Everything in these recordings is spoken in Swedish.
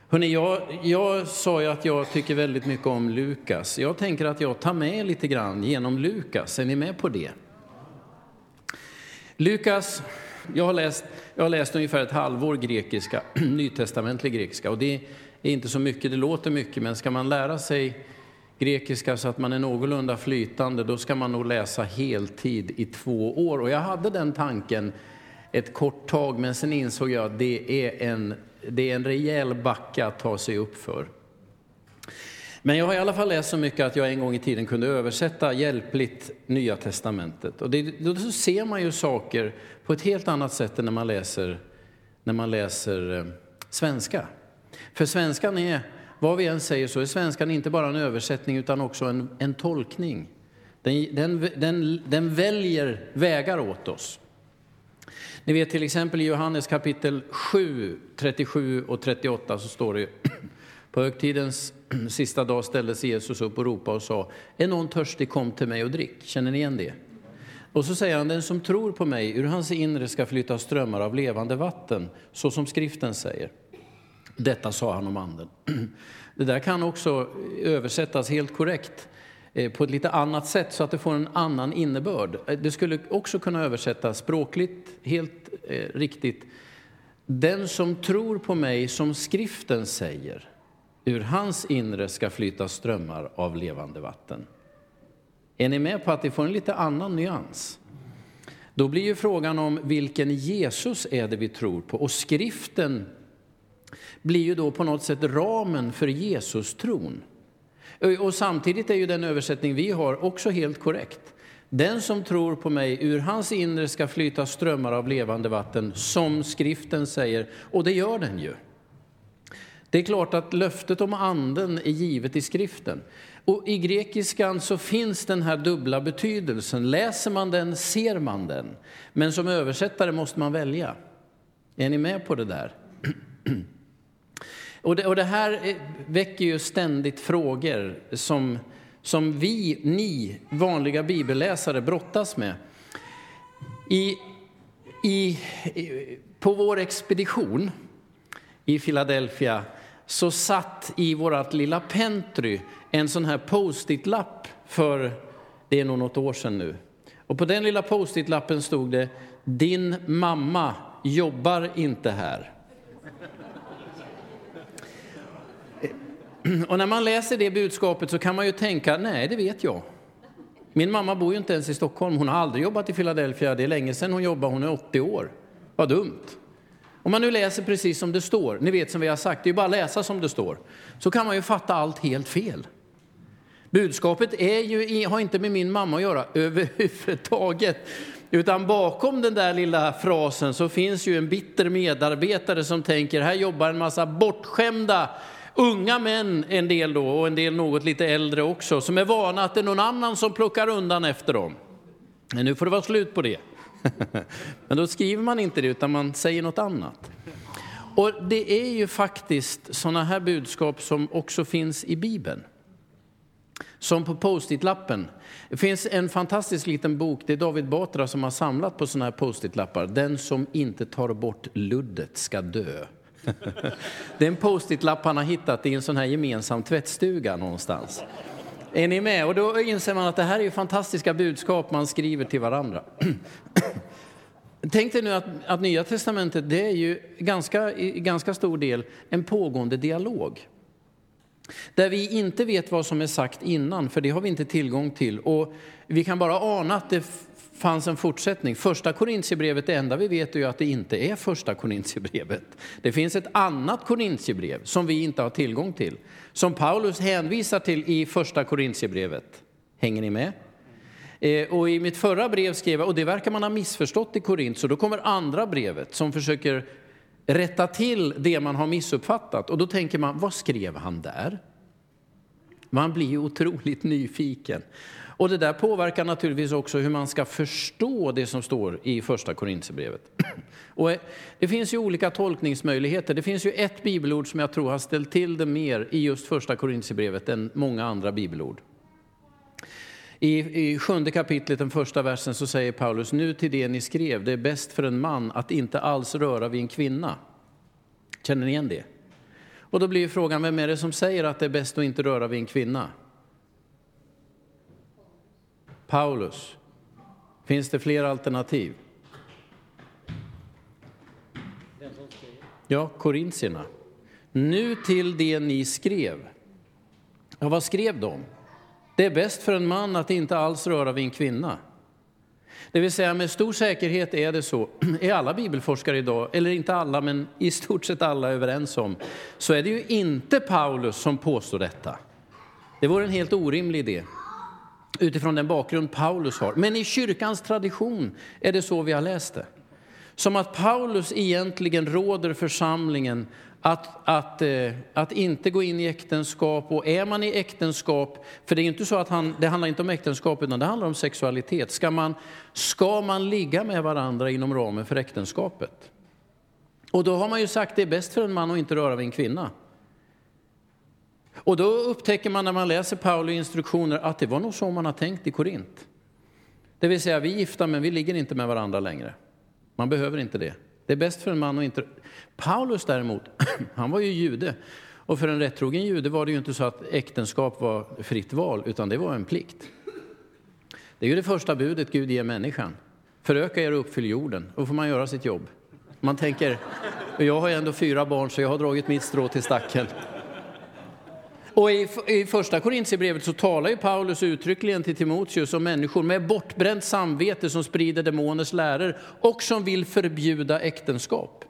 Hörrni, jag sa ju att jag tycker väldigt mycket om Lukas. Jag tänker att jag tar med lite grann genom Lukas. Är ni med på det? Lukas, jag har läst ungefär ett halvår grekiska, nytestamentlig grekiska. Och det är inte så mycket, det låter mycket, men ska man lära sig grekiska så att man är någorlunda flytande, då ska man nog läsa heltid i 2 år. Och jag hade den tanken ett kort tag, men sen insåg jag att det är en rejäl backa att ta sig upp för. Men jag har i alla fall läst så mycket att jag en gång i tiden kunde översätta hjälpligt Nya testamentet. Och då så ser man ju saker på ett helt annat sätt än när man läser svenska. För svenskan är, vad vi än säger så är svenskan inte bara en översättning utan också en tolkning. Den väljer vägar åt oss. Ni vet till exempel i Johannes kapitel 7, 37 och 38 så står det: på högtidens sista dag ställdes Jesus upp och ropade och sa: är någon törstig, kom till mig och drick. Känner ni igen det? Och så säger han: den som tror på mig, ur hans inre ska flyta strömmar av levande vatten, så som skriften säger. Detta sa han om anden. Det där kan också översättas helt korrekt på ett lite annat sätt så att det får en annan innebörd. Det skulle också kunna översättas språkligt helt riktigt: den som tror på mig, som skriften säger, ur hans inre ska flyta strömmar av levande vatten. Är ni med på att det får en lite annan nyans? Då blir ju frågan om vilken Jesus är det vi tror på. Och skriften blir ju då på något sätt ramen för Jesus-tron. Och samtidigt är ju den översättning vi har också helt korrekt. Den som tror på mig, ur hans inre ska flyta strömmar av levande vatten, som skriften säger. Och det gör den ju. Det är klart att löftet om anden är givet i skriften. Och i grekiskan så finns den här dubbla betydelsen. Läser man den, ser man den. Men som översättare måste man välja. Är ni med på det där? Och det här väcker ju ständigt frågor som ni vanliga bibelläsare brottas med. På vår expedition i Philadelphia så satt i vårt lilla pentry en sån här post-it-lapp för, det är nog något år sedan nu. Och på den lilla post-it-lappen stod det: din mamma jobbar inte här. Och när man läser det budskapet så kan man ju tänka: nej, det vet jag. Min mamma bor ju inte ens i Stockholm. Hon har aldrig jobbat i Philadelphia. Det är länge sedan hon jobbade. Hon är 80 år. Vad dumt. Om man nu läser precis som det står, ni vet som vi har sagt, det är ju bara att läsa som det står, så kan man ju fatta allt helt fel. Budskapet har inte med min mamma att göra överhuvudtaget. Utan bakom den där lilla frasen så finns ju en bitter medarbetare som tänker: här jobbar en massa bortskämda unga män, en del då, och en del något lite äldre också, som är vana att det är någon annan som plockar undan efter dem. Men nu får det vara slut på det. Men då skriver man inte det, utan man säger något annat. Och det är ju faktiskt sådana här budskap som också finns i Bibeln. Som på post-it-lappen. Det finns en fantastisk liten bok, det är David Batra som har samlat på sådana här post-it-lappar. Den som inte tar bort luddet ska dö. Det är en post-it-lapp han har hittat i en sån här gemensam tvättstuga någonstans. Är ni med? Och då inser man att det här är ju fantastiska budskap man skriver till varandra. Tänk dig nu att Nya testamentet, det är ju i ganska stor del en pågående dialog. Där vi inte vet vad som är sagt innan, för det har vi inte tillgång till. Och vi kan bara ana att det fanns en fortsättning. Första Korintierbrevet, det enda vi vet är ju att det inte är första Korintierbrevet. Det finns ett annat Korintierbrev som vi inte har tillgång till. Som Paulus hänvisar till i första Korintierbrevet. Hänger ni med? Och i mitt förra brev skrev jag, och det verkar man ha missförstått i Korint, så då kommer andra brevet som försöker rätta till det man har missuppfattat. Och då tänker man, vad skrev han där? Man blir ju otroligt nyfiken. Och det där påverkar naturligtvis också hur man ska förstå det som står i första Korintierbrevet. Och det finns ju olika tolkningsmöjligheter. Det finns ju ett bibelord som jag tror har ställt till det mer i just första Korintierbrevet än många andra bibelord. I 7:e kapitlet, den första versen, så säger Paulus: nu till det ni skrev, det är bäst för en man att inte alls röra vid en kvinna. Känner ni igen det? Och då blir frågan, vem är det som säger att det är bäst att inte röra vid en kvinna? Paulus. Finns det fler alternativ? Ja, korintierna. Nu till det ni skrev. Ja, vad skrev de? Det är bäst för en man att inte alls röra vid en kvinna. Det vill säga, med stor säkerhet är det så, är alla bibelforskare idag, eller inte alla men i stort sett alla överens om, så är det ju inte Paulus som påstår detta. Det vore en helt orimlig idé utifrån den bakgrund Paulus har. Men i kyrkans tradition är det så vi har läst det. Som att Paulus egentligen råder församlingen att inte gå in i äktenskap. Och är man i äktenskap, för det är inte så att det handlar inte om äktenskap utan det handlar om sexualitet. Ska man ligga med varandra inom ramen för äktenskapet? Och då har man ju sagt att det är bäst för en man att inte röra vid en kvinna. Och då upptäcker man när man läser Paulus instruktioner att det var nog så man har tänkt i Korint. Det vill säga, vi är gifta men vi ligger inte med varandra längre. Man behöver inte det. Det är bäst för en man att inte... Paulus däremot, han var ju jude. Och för en rättrogen jude var det ju inte så att äktenskap var fritt val, utan det var en plikt. Det är ju det första budet Gud ger människan. Föröka er och uppfyll jorden. Då får man göra sitt jobb. Man tänker, jag har ju ändå 4 barn så jag har dragit mitt strå till stacken. Och i första Korintierbrevet så talar ju Paulus uttryckligen till Timoteus om människor med bortbränt samvete som sprider demoners läror och som vill förbjuda äktenskap.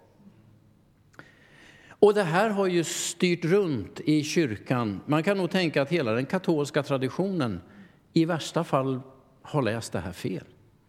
Och det här har ju styrt runt i kyrkan. Man kan nog tänka att hela den katolska traditionen i värsta fall har läst det här fel.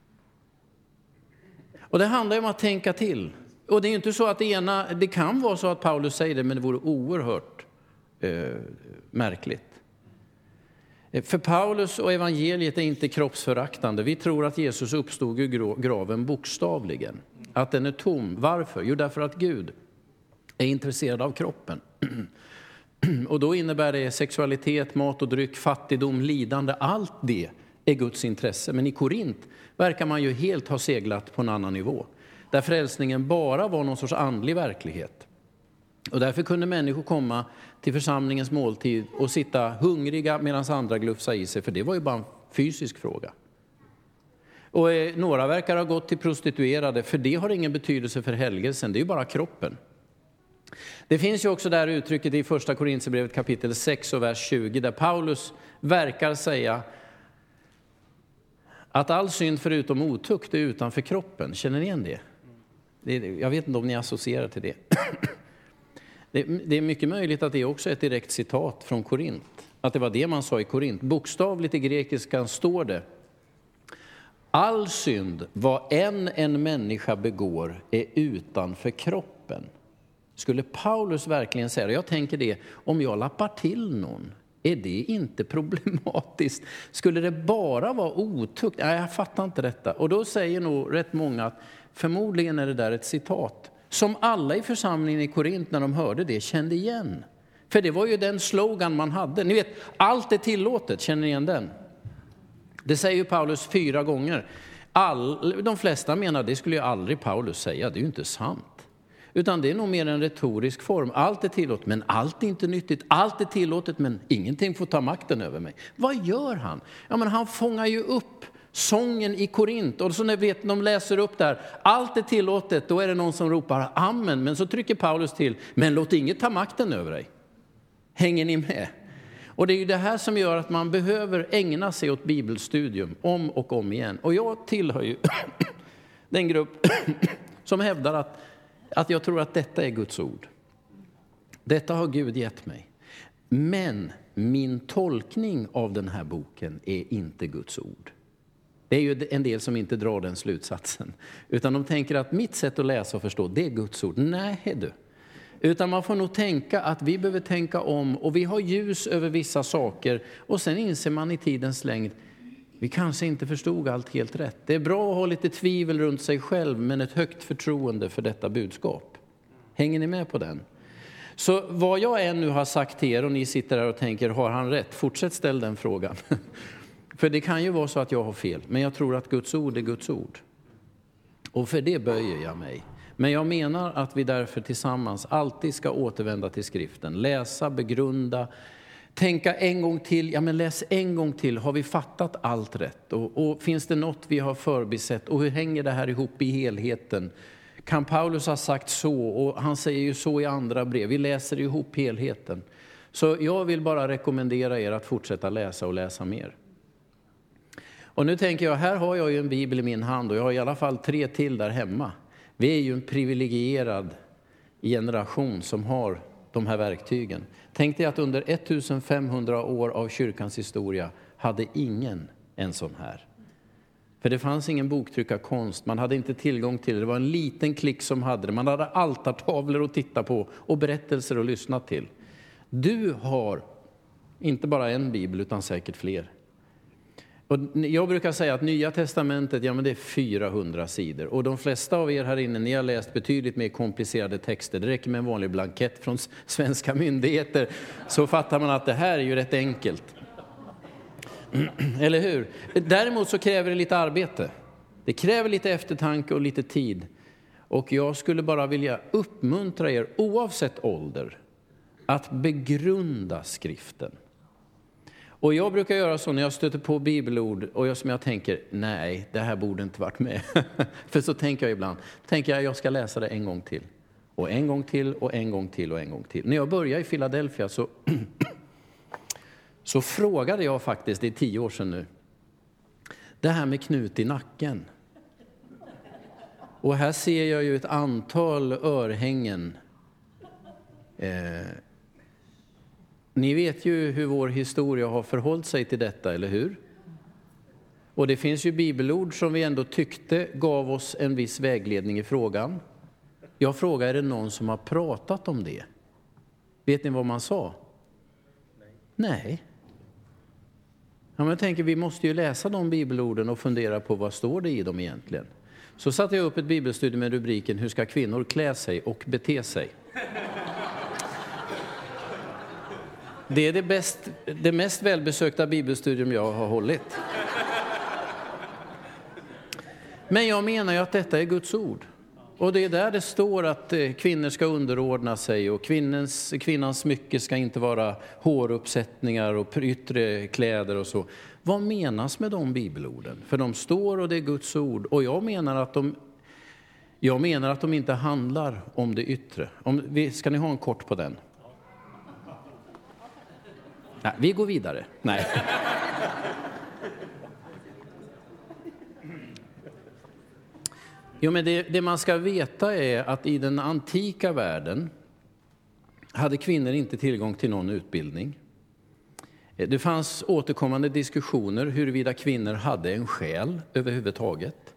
Och det handlar ju om att tänka till. Och det är ju inte så att det kan vara så att Paulus säger det, men det vore oerhört märkligt. För Paulus och evangeliet är inte kroppsföraktande. Vi tror att Jesus uppstod ur graven bokstavligen. Att den är tom. Varför? Jo, därför att Gud är intresserad av kroppen. Och då innebär det sexualitet, mat och dryck, fattigdom, lidande. Allt det är Guds intresse. Men i Korint verkar man ju helt ha seglat på en annan nivå. Där frälsningen bara var någon sorts andlig verklighet. Och därför kunde människor komma till församlingens måltid och sitta hungriga medan andra glufsade i sig. För det var ju bara en fysisk fråga. Och några verkar ha gått till prostituerade, för det har ingen betydelse för helgelsen. Det är ju bara kroppen. Det finns ju också där uttrycket i första Korintierbrevet kapitel 6 och vers 20. Där Paulus verkar säga att all synd förutom otukt är utanför kroppen. Känner ni igen det? Jag vet inte om ni associerar till det. Det är mycket möjligt att det också är ett direkt citat från Korint. Att det var det man sa i Korint. Bokstavligt i grekiskan står det: all synd, vad en människa begår, är utanför kroppen. Skulle Paulus verkligen säga det? Jag tänker det, om jag lappar till någon, är det inte problematiskt? Skulle det bara vara otukt? Nej, jag fattar inte detta. Och då säger nog rätt många att förmodligen är det där ett citat som alla i församlingen i Korint när de hörde det kände igen. För det var ju den slogan man hade. Ni vet, allt är tillåtet, känner ni igen den? Det säger ju Paulus 4 gånger. De flesta menar det skulle ju aldrig Paulus säga, det är ju inte sant. Utan det är nog mer en retorisk form. Allt är tillåtet, men allt är inte nyttigt. Allt är tillåtet, men ingenting får ta makten över mig. Vad gör han? Ja, men han fångar ju upp sången i Korint. Och så när vet, de läser upp där, allt är tillåtet, då är det någon som ropar amen. Men så trycker Paulus till, men låt inget ta makten över dig. Hänger ni med? Och det är ju det här som gör att man behöver ägna sig åt bibelstudium om och om igen. Och jag tillhör ju den grupp som hävdar att jag tror att detta är Guds ord. Detta har Gud gett mig. Men min tolkning av den här boken är inte Guds ord. Det är ju en del som inte drar den slutsatsen. Utan de tänker att mitt sätt att läsa och förstå, det är Guds ord. Nej du. Utan man får nog tänka att vi behöver tänka om. Och vi har ljus över vissa saker. Och sen inser man i tidens längd, vi kanske inte förstod allt helt rätt. Det är bra att ha lite tvivel runt sig själv, men ett högt förtroende för detta budskap. Hänger ni med på den? Så vad jag än nu har sagt till er och ni sitter där och tänker, har han rätt? Fortsätt ställ den frågan. För det kan ju vara så att jag har fel, men jag tror att Guds ord är Guds ord. Och för det böjer jag mig. Men jag menar att vi därför tillsammans alltid ska återvända till skriften. Läsa, begrunda, tänka en gång till. Ja, men läs en gång till. Har vi fattat allt rätt? Och finns det något vi har förbisett? Och hur hänger det här ihop i helheten? Kan Paulus ha sagt så? Och han säger ju så i andra brev. Vi läser ihop helheten. Så jag vill bara rekommendera er att fortsätta läsa och läsa mer. Och nu tänker jag, här har jag ju en bibel i min hand och jag har i alla fall 3 till där hemma. Vi är ju en privilegierad generation som har de här verktygen. Tänk dig att under 1500 år av kyrkans historia hade ingen en sån här. För det fanns ingen boktryckarkonst, man hade inte tillgång till det. Det var en liten klick som hade det. Man hade altartavlor att titta på och berättelser att lyssna till. Du har inte bara en bibel utan säkert fler. Och jag brukar säga att Nya testamentet, ja men det är 400 sidor. Och de flesta av er här inne, ni har läst betydligt mer komplicerade texter. Det räcker med en vanlig blankett från svenska myndigheter. Så fattar man att det här är ju rätt enkelt. Eller hur? Däremot så kräver det lite arbete. Det kräver lite eftertanke och lite tid. Och jag skulle bara vilja uppmuntra er, oavsett ålder, att begrunda skriften. Och jag brukar göra så när jag stöter på bibelord och jag tänker, nej, det här borde inte varit med. För så tänker jag ibland, jag ska läsa det en gång till. Och en gång till och en gång till och en gång till. När jag började i Philadelphia så frågade jag faktiskt, det är 10 år sedan nu, det här med knut i nacken. Och här ser jag ju ett antal örhängen. Ni vet ju hur vår historia har förhållit sig till detta, eller hur? Och det finns ju bibelord som vi ändå tyckte gav oss en viss vägledning i frågan. Jag frågar, är det någon som har pratat om det? Vet ni vad man sa? Nej. Ja, men jag tänker, vi måste ju läsa de bibelorden och fundera på vad står det i dem egentligen. Så satte jag upp ett bibelstudie med rubriken Hur ska kvinnor klä sig och bete sig? Det är det mest välbesökta bibelstudium jag har hållit. Men jag menar ju att detta är Guds ord. Och det är där det står att kvinnor ska underordna sig och kvinnans smycke ska inte vara håruppsättningar och yttre kläder och så. Vad menas med de bibelorden? För de står och det är Guds ord. Och jag menar att de inte handlar om det yttre. Ska ni ha en kort på den? Nej, vi går vidare. Nej. Jo, men det man ska veta är att i den antika världen hade kvinnor inte tillgång till någon utbildning. Det fanns återkommande diskussioner huruvida kvinnor hade en själ överhuvudtaget.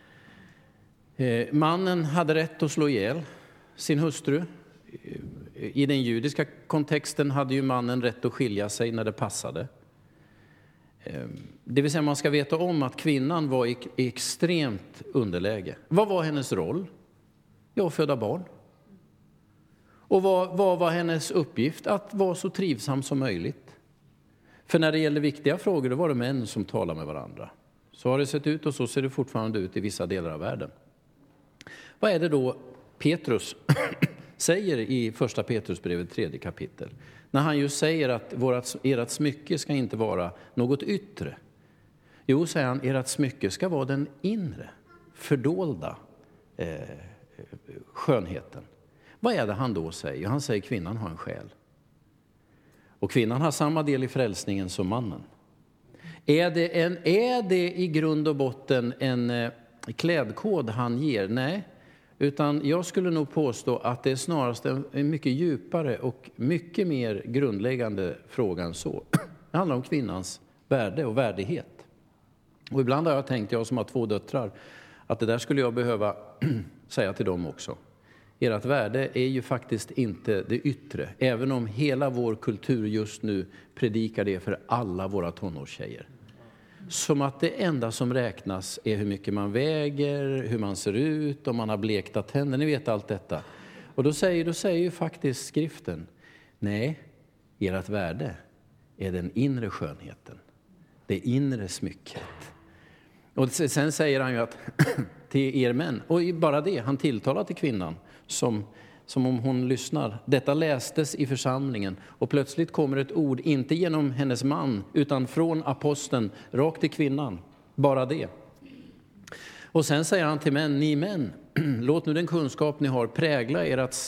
Mannen hade rätt att slå ihjäl sin hustru. I den judiska kontexten hade ju mannen rätt att skilja sig när det passade. Det vill säga, man ska veta om att kvinnan var i extremt underläge. Vad var hennes roll? Ja, att föda barn. Och vad var hennes uppgift? Att vara så trivsam som möjligt. För när det gäller viktiga frågor, då var det män som talade med varandra. Så har det sett ut och så ser det fortfarande ut i vissa delar av världen. Vad är det då Petrus säger i första Petrusbrevet 3 kapitel? När han ju säger att ert smycke ska inte vara något yttre. Jo, säger han, ert smycke ska vara den inre, fördolda skönheten. Vad är det han då säger? Han säger kvinnan har en själ. Och kvinnan har samma del i frälsningen som mannen. Är det i grund och botten en klädkod han ger? Nej. Utan jag skulle nog påstå att det är snarast en mycket djupare och mycket mer grundläggande fråga än så. Det handlar om kvinnans värde och värdighet. Och ibland har jag tänkt, jag som har 2 döttrar, att det där skulle jag behöva säga till dem också. Ert värde är ju faktiskt inte det yttre. Även om hela vår kultur just nu predikar det för alla våra tonårstjejer. Som att det enda som räknas är hur mycket man väger, hur man ser ut, om man har blekta tänder, ni vet allt detta. Och då säger ju faktiskt skriften, nej, ert värde är den inre skönheten, det inre smycket. Och sen säger han ju att till er män, och bara det, han tilltalar till kvinnan som om hon lyssnar. Detta lästes i församlingen och plötsligt kommer ett ord, inte genom hennes man, utan från aposteln rakt till kvinnan. Bara det. Och sen säger han till män, ni män, låt nu den kunskap ni har prägla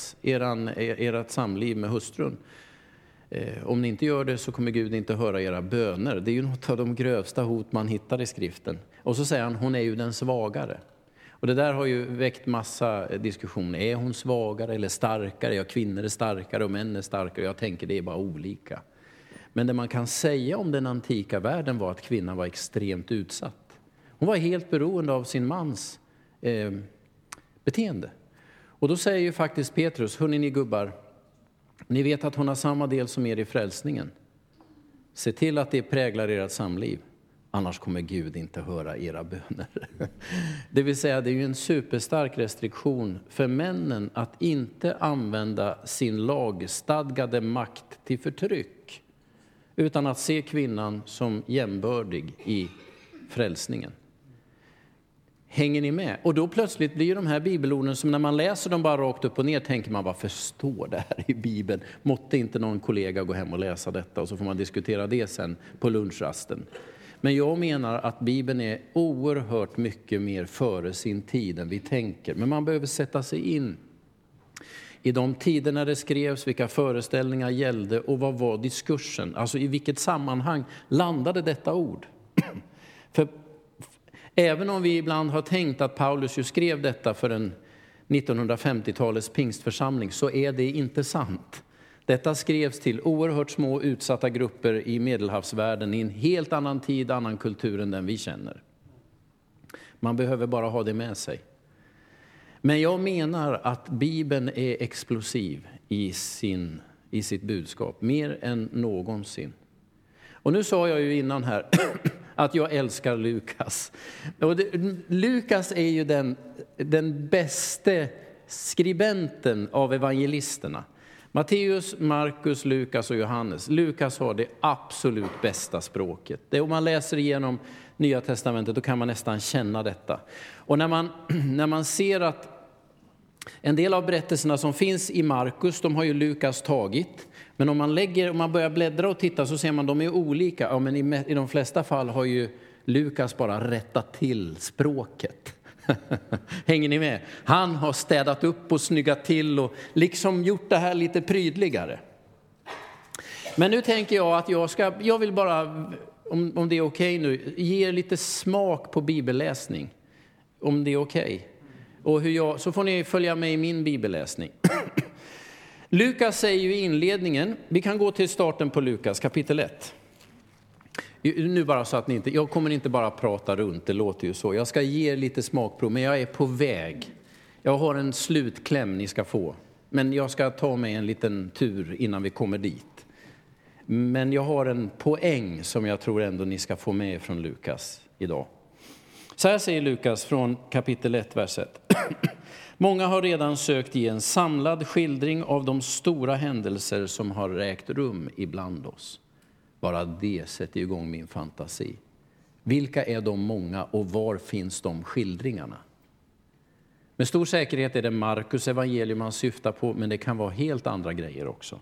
ert samliv med hustrun. Om ni inte gör det så kommer Gud inte höra era böner. Det är ju något av de grövsta hot man hittar i skriften. Och så säger han, hon är ju den svagare. Och det där har ju väckt massa diskussioner. Är hon svagare eller starkare? Ja, kvinnor är starkare och män är starkare. Jag tänker det är bara olika. Men det man kan säga om den antika världen var att kvinnan var extremt utsatt. Hon var helt beroende av sin mans beteende. Och då säger ju faktiskt Petrus, hörni ni gubbar, ni vet att hon har samma del som er i frälsningen. Se till att det präglar ert samliv. Annars kommer Gud inte höra era böner. Det vill säga, det är ju en superstark restriktion för männen att inte använda sin lagstadgade makt till förtryck. Utan att se kvinnan som jämbördig i frälsningen. Hänger ni med? Och då plötsligt blir de här bibelorden som när man läser dem bara rakt upp och ner tänker man, varför står det här i Bibeln? Måtte inte någon kollega gå hem och läsa detta och så får man diskutera det sen på lunchrasten. Men jag menar att Bibeln är oerhört mycket mer före sin tid än vi tänker. Men man behöver sätta sig in i de tider när det skrevs, vilka föreställningar gällde och vad var diskursen? Alltså i vilket sammanhang landade detta ord? För även om vi ibland har tänkt att Paulus ju skrev detta för en 1950-talets pingstförsamling så är det inte sant. Detta skrevs till oerhört små utsatta grupper i Medelhavsvärlden i en helt annan tid, annan kultur än den vi känner. Man behöver bara ha det med sig. Men jag menar att Bibeln är explosiv i sitt budskap, mer än någonsin. Och nu sa jag ju innan här att jag älskar Lukas. Och Lukas är ju den bästa skribenten av evangelisterna. Matteus, Markus, Lukas och Johannes. Lukas har det absolut bästa språket. Om man läser igenom Nya testamentet då kan man nästan känna detta. Och när man ser att en del av berättelserna som finns i Markus, de har ju Lukas tagit. Men om man börjar bläddra och titta så ser man att de är olika. Ja, men i de flesta fall har ju Lukas bara rättat till språket. Hänger ni med? Han har städat upp och snyggat till och liksom gjort det här lite prydligare. Men nu tänker jag att jag vill bara, om det är okej nu, ge er lite smak på bibelläsning. Om det är okej. Och så får ni följa med i min bibelläsning. Lukas säger ju i inledningen, vi kan gå till starten på Lukas kapitel 1. Nu bara så att ni inte, jag kommer inte bara prata runt, det låter ju så. Jag ska ge er lite smakprov, men jag är på väg. Jag har en slutkläm ni ska få. Men jag ska ta mig en liten tur innan vi kommer dit. Men jag har en poäng som jag tror ändå ni ska få med från Lukas idag. Så här säger Lukas från kapitel 1, vers 1. Många har redan sökt ge en samlad skildring av de stora händelser som har ägt rum ibland oss. Bara det sätter igång min fantasi. Vilka är de många och var finns de skildringarna? Med stor säkerhet är det Markus evangelium man syftar på, men det kan vara helt andra grejer också.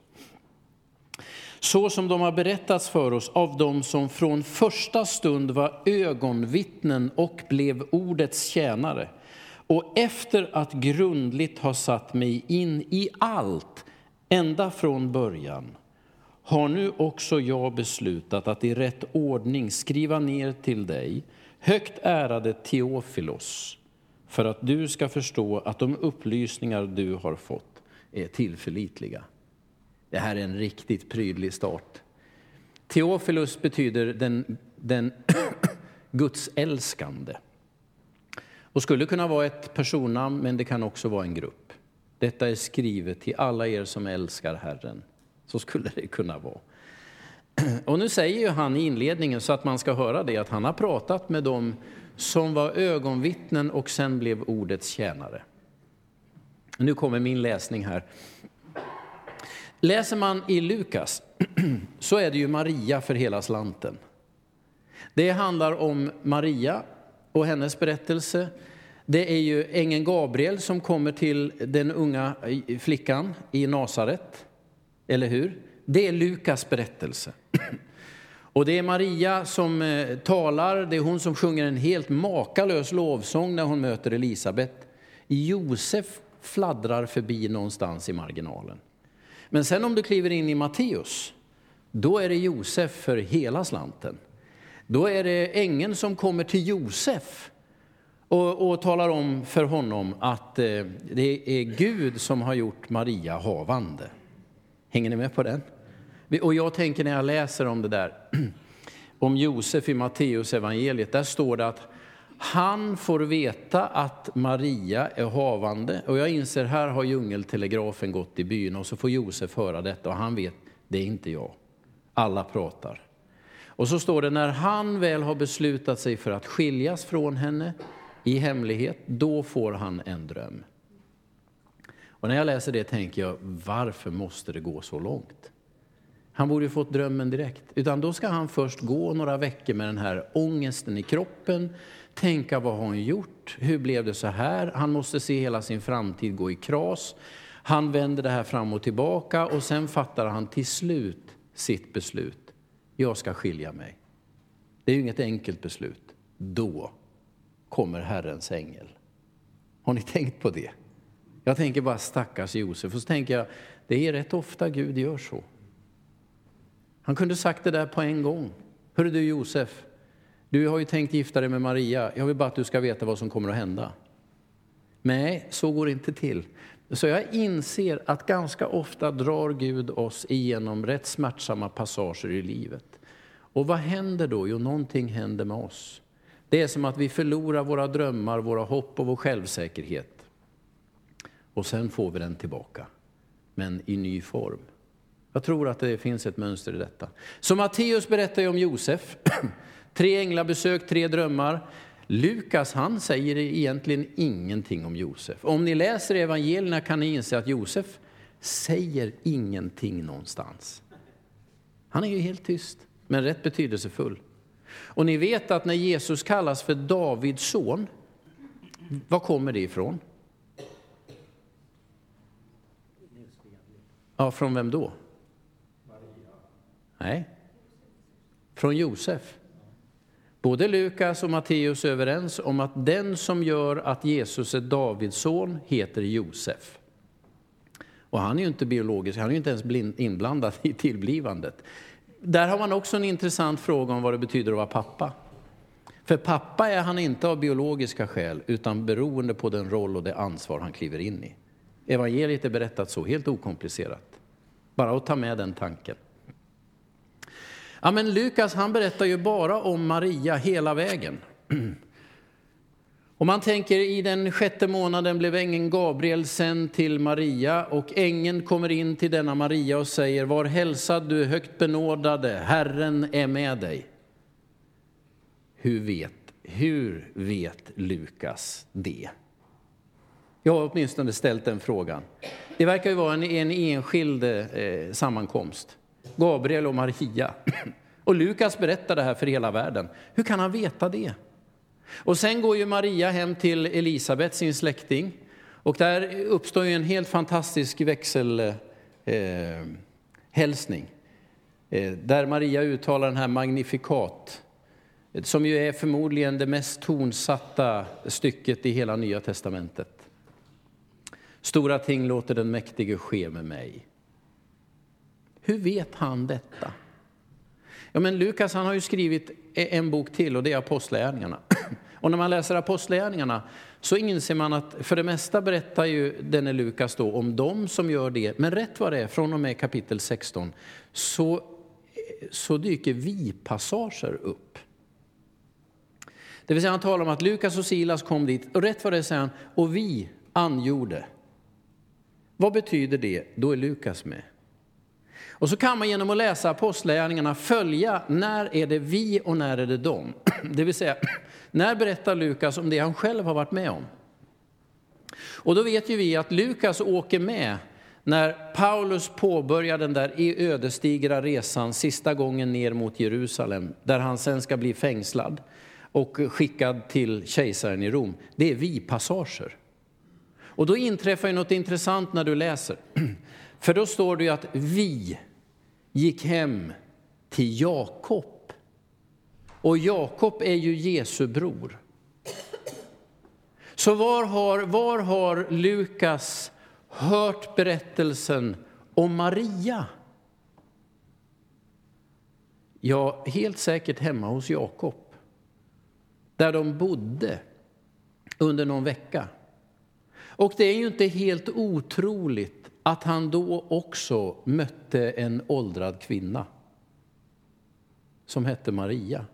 Så som de har berättats för oss av de som från första stund var ögonvittnen och blev ordets tjänare. Och efter att grundligt ha satt mig in i allt, ända från början, har nu också jag beslutat att i rätt ordning skriva ner till dig, högt ärade Teofilos, för att du ska förstå att de upplysningar du har fått är tillförlitliga. Det här är en riktigt prydlig start. Teofilos betyder den gudsälskande. Och skulle kunna vara ett personnamn, men det kan också vara en grupp. Detta är skrivet till alla er som älskar Herren. Så skulle det kunna vara. Och nu säger ju han i inledningen, så att man ska höra det, att han har pratat med dem som var ögonvittnen och sen blev ordets tjänare. Nu kommer min läsning här. Läser man i Lukas så är det ju Maria för hela slanten. Det handlar om Maria och hennes berättelse. Det är ju ängeln Gabriel som kommer till den unga flickan i Nasaret. Eller hur? Det är Lukas berättelse. Och det är Maria som talar. Det är hon som sjunger en helt makalös lovsång när hon möter Elisabet. Josef fladdrar förbi någonstans i marginalen. Men sen om du kliver in i Matteus, då är det Josef för hela slanten. Då är det ängeln som kommer till Josef och talar om för honom att det är Gud som har gjort Maria havande. Hänger ni med på den? Och jag tänker när jag läser om det där, om Josef i Matteus evangeliet, där står det att han får veta att Maria är havande. Och jag inser, här har djungeltelegrafen gått i byn och så får Josef höra detta och han vet, det är inte jag. Alla pratar. Och så står det, när han väl har beslutat sig för att skiljas från henne i hemlighet, då får han en dröm. Och när jag läser det tänker jag, varför måste det gå så långt? Han borde ju fått drömmen direkt. Utan då ska han först gå några veckor med den här ångesten i kroppen. Tänka, vad har hon gjort? Hur blev det så här? Han måste se hela sin framtid gå i kras. Han vänder det här fram och tillbaka och sen fattar han till slut sitt beslut. Jag ska skilja mig. Det är ju inget enkelt beslut. Då kommer Herrens ängel. Har ni tänkt på det? Jag tänker bara stackars Josef. Och så tänker jag, det är rätt ofta Gud gör så. Han kunde sagt det där på en gång. Hörru du Josef, du har ju tänkt gifta dig med Maria. Jag vill bara att du ska veta vad som kommer att hända. Nej, så går det inte till. Så jag inser att ganska ofta drar Gud oss igenom rätt smärtsamma passager i livet. Och vad händer då? Jo, någonting händer med oss. Det är som att vi förlorar våra drömmar, våra hopp och vår självsäkerhet. Och sen får vi den tillbaka, men i ny form. Jag tror att det finns ett mönster i detta. Så Matteus berättar ju om Josef. 3 änglabesök, 3 drömmar. Lukas, han säger egentligen ingenting om Josef. Om ni läser evangelierna kan ni inse att Josef säger ingenting någonstans. Han är ju helt tyst, men rätt betydelsefull. Och ni vet att när Jesus kallas för Davids son, var kommer det ifrån? Ja, från vem då? Nej, från Josef. Både Lukas och Matteus är överens om att den som gör att Jesus är Davids son heter Josef. Och han är ju inte biologisk, han är ju inte ens inblandad i tillblivandet. Där har man också en intressant fråga om vad det betyder att vara pappa. För pappa är han inte av biologiska skäl utan beroende på den roll och det ansvar han kliver in i. Evangeliet är berättat så, helt okomplicerat. Bara att ta med den tanken. Ja, men Lukas han berättar ju bara om Maria hela vägen. Och man tänker i den 6:e månaden blev ängeln Gabriel sänd till Maria och ängeln kommer in till denna Maria och säger: var hälsad, du är högt benådade, Herren är med dig. Hur vet Lukas det? Jag har åtminstone ställt den frågan. Det verkar ju vara en enskild sammankomst. Gabriel och Maria. Och Lukas berättar det här för hela världen. Hur kan han veta det? Och sen går ju Maria hem till Elisabet, sin släkting. Och där uppstår ju en helt fantastisk växelhälsning. Där Maria uttalar den här magnifikat. Som ju är förmodligen det mest tonsatta stycket i hela Nya testamentet. Stora ting låter den mäktige ske med mig. Hur vet han detta? Ja, men Lukas han har ju skrivit en bok till och det är Apostlagärningarna. Och när man läser Apostlagärningarna så inser man att för det mesta berättar ju denne Lukas då om dem som gör det. Men rätt vad det är, från och med kapitel 16 så dyker vi-passager upp. Det vill säga han talar om att Lukas och Silas kom dit och rätt vad det är säger han, och vi angjorde. Vad betyder det? Då är Lukas med. Och så kan man genom att läsa Apostlagärningarna följa när är det vi och när är det dem. Det vill säga, när berättar Lukas om det han själv har varit med om. Och då vet ju vi att Lukas åker med när Paulus påbörjar den där ödesdigra resan sista gången ner mot Jerusalem. Där han sen ska bli fängslad. och skickad till kejsaren i Rom. Det är vi-passager. Och då inträffar ju något intressant när du läser. För då står det ju att vi gick hem till Jakob. Och Jakob är ju Jesu bror. Så var har Lukas hört berättelsen om Maria? Ja, helt säkert hemma hos Jakob. Där de bodde under någon vecka. Och det är ju inte helt otroligt att han då också mötte en åldrad kvinna som hette Maria.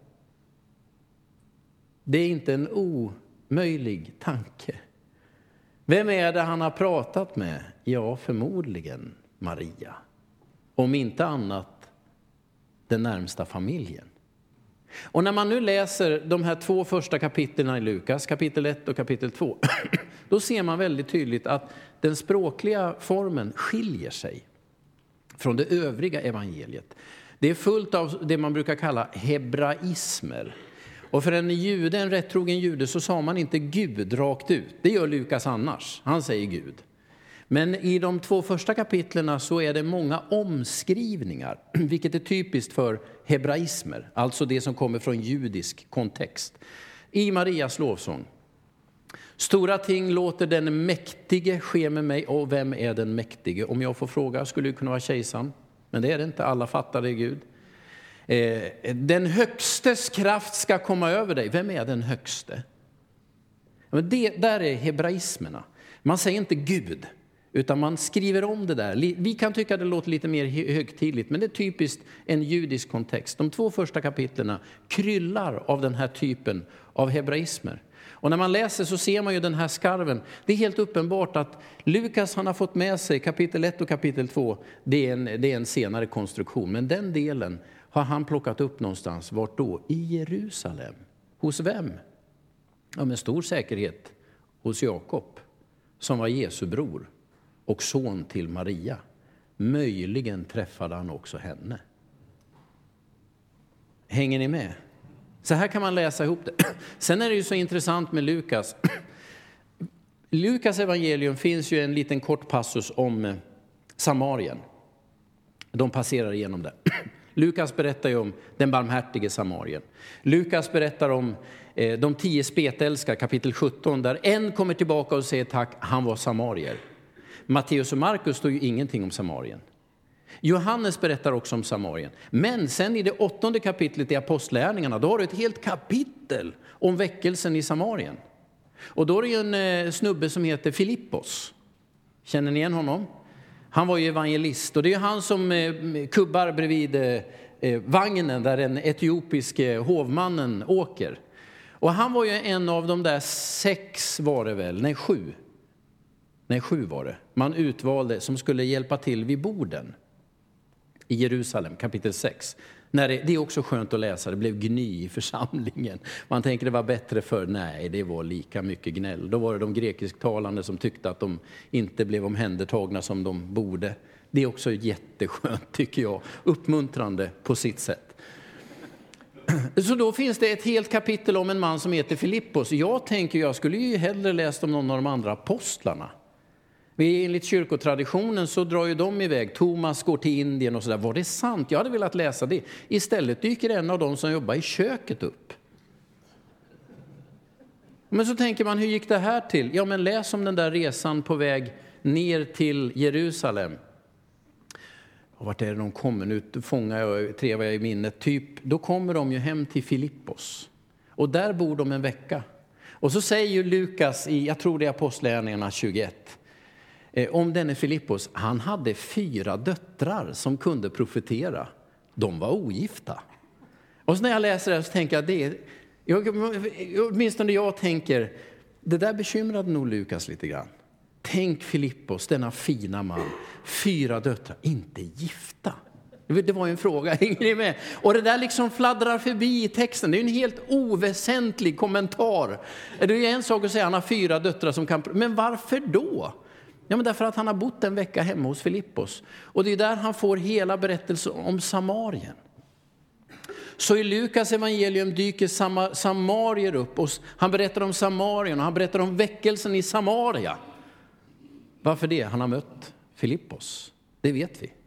Det är inte en omöjlig tanke. Vem är det han har pratat med? Ja, förmodligen Maria. Om inte annat den närmsta familjen. Och när man nu läser de här 2 första kapitlerna i Lukas, kapitel 1 och kapitel 2, då ser man väldigt tydligt att den språkliga formen skiljer sig från det övriga evangeliet. Det är fullt av det man brukar kalla hebraismer. Och för en rättrogen jude så sa man inte Gud rakt ut. Det gör Lukas annars. Han säger Gud. Men i de 2 första kapitlerna så är det många omskrivningar, vilket är typiskt för hebraismer, alltså det som kommer från judisk kontext. I Marias lovsång. Stora ting låter den mäktige ske med mig. Och vem är den mäktige? Om jag får fråga skulle det kunna vara kejsaren. Men det är det inte, alla fattar det Gud. Den högstes kraft ska komma över dig. Vem är den högste? Men där är hebraismerna. Man säger inte Gud, utan man skriver om det där. Vi kan tycka det låter lite mer högtidligt, men det är typiskt en judisk kontext. De 2 första kapitlerna kryllar av den här typen av hebraismer. Och när man läser så ser man ju den här skarven. Det är helt uppenbart att Lukas han har fått med sig kapitel 1 och kapitel 2. Det är en senare konstruktion, men den delen har han plockat upp någonstans. Vart då? I Jerusalem. Hos vem? Ja, med stor säkerhet hos Jakob, som var Jesu bror och son till Maria. Möjligen träffade han också henne. Hänger ni med? Så här kan man läsa ihop det. Sen är det ju så intressant med Lukas. Lukas evangelium finns ju en liten kort passus om Samarien. De passerar igenom det. Lukas berättar ju om den barmhärtige Samarien. Lukas berättar om de 10 spetälskar, kapitel 17, där en kommer tillbaka och säger tack, han var samarier. Matteus och Markus står ju ingenting om Samarien. Johannes berättar också om Samarien. Men sen i det 8:e kapitlet i Apostlagärningarna, då har du ett helt kapitel om väckelsen i Samarien. Och då är det ju en snubbe som heter Filippos. Känner ni igen honom? Han var ju evangelist, och det är han som kubbar bredvid vagnen där den etiopiske hovmannen åker. Och han var ju en av de där 6 var det väl, nej 7 var det. Man utvalde som skulle hjälpa till vid borden i Jerusalem, kapitel 6. Det är också skönt att läsa, det blev gny i församlingen. Man tänker det var bättre för, nej det var lika mycket gnäll. Då var det de grekisktalande som tyckte att de inte blev omhändertagna som de borde. Det är också jätteskönt tycker jag, uppmuntrande på sitt sätt. Så då finns det ett helt kapitel om en man som heter Filippos. Jag skulle ju hellre läst om någon av de andra apostlarna. Enligt kyrkotraditionen så drar ju de iväg. Thomas går till Indien och sådär. Var det sant? Jag hade velat läsa det. Istället dyker en av dem som jobbar i köket upp. Men så tänker man, hur gick det här till? Ja, men läs om den där resan på väg ner till Jerusalem. Och vart är det de kommer? Nu trevar jag i minnet. Då kommer de ju hem till Filippos. Och där bor de en vecka. Och så säger ju Lukas jag tror det är Apostlagärningarna 21. Om denne Filippos, han hade 4 döttrar som kunde profetera. De var ogifta. Och så när jag läser det så tänker jag, åtminstone jag tänker, det där bekymrade nog Lukas lite grann. Tänk Filippos, denna fina man, 4 döttrar, inte gifta. Det var ju en fråga, hänger ni med? Och det där liksom fladdrar förbi i texten. Det är en helt oväsentlig kommentar. Det är en sak att säga han har 4 döttrar som kan... Men varför då? Ja, men därför att han har bott en vecka hemma hos Filippos. Och det är där han får hela berättelsen om Samarien. Så i Lukas evangelium dyker samarier upp. Och han berättar om Samarien och han berättar om väckelsen i Samaria. Varför det? Han har mött Filippos. Det vet vi.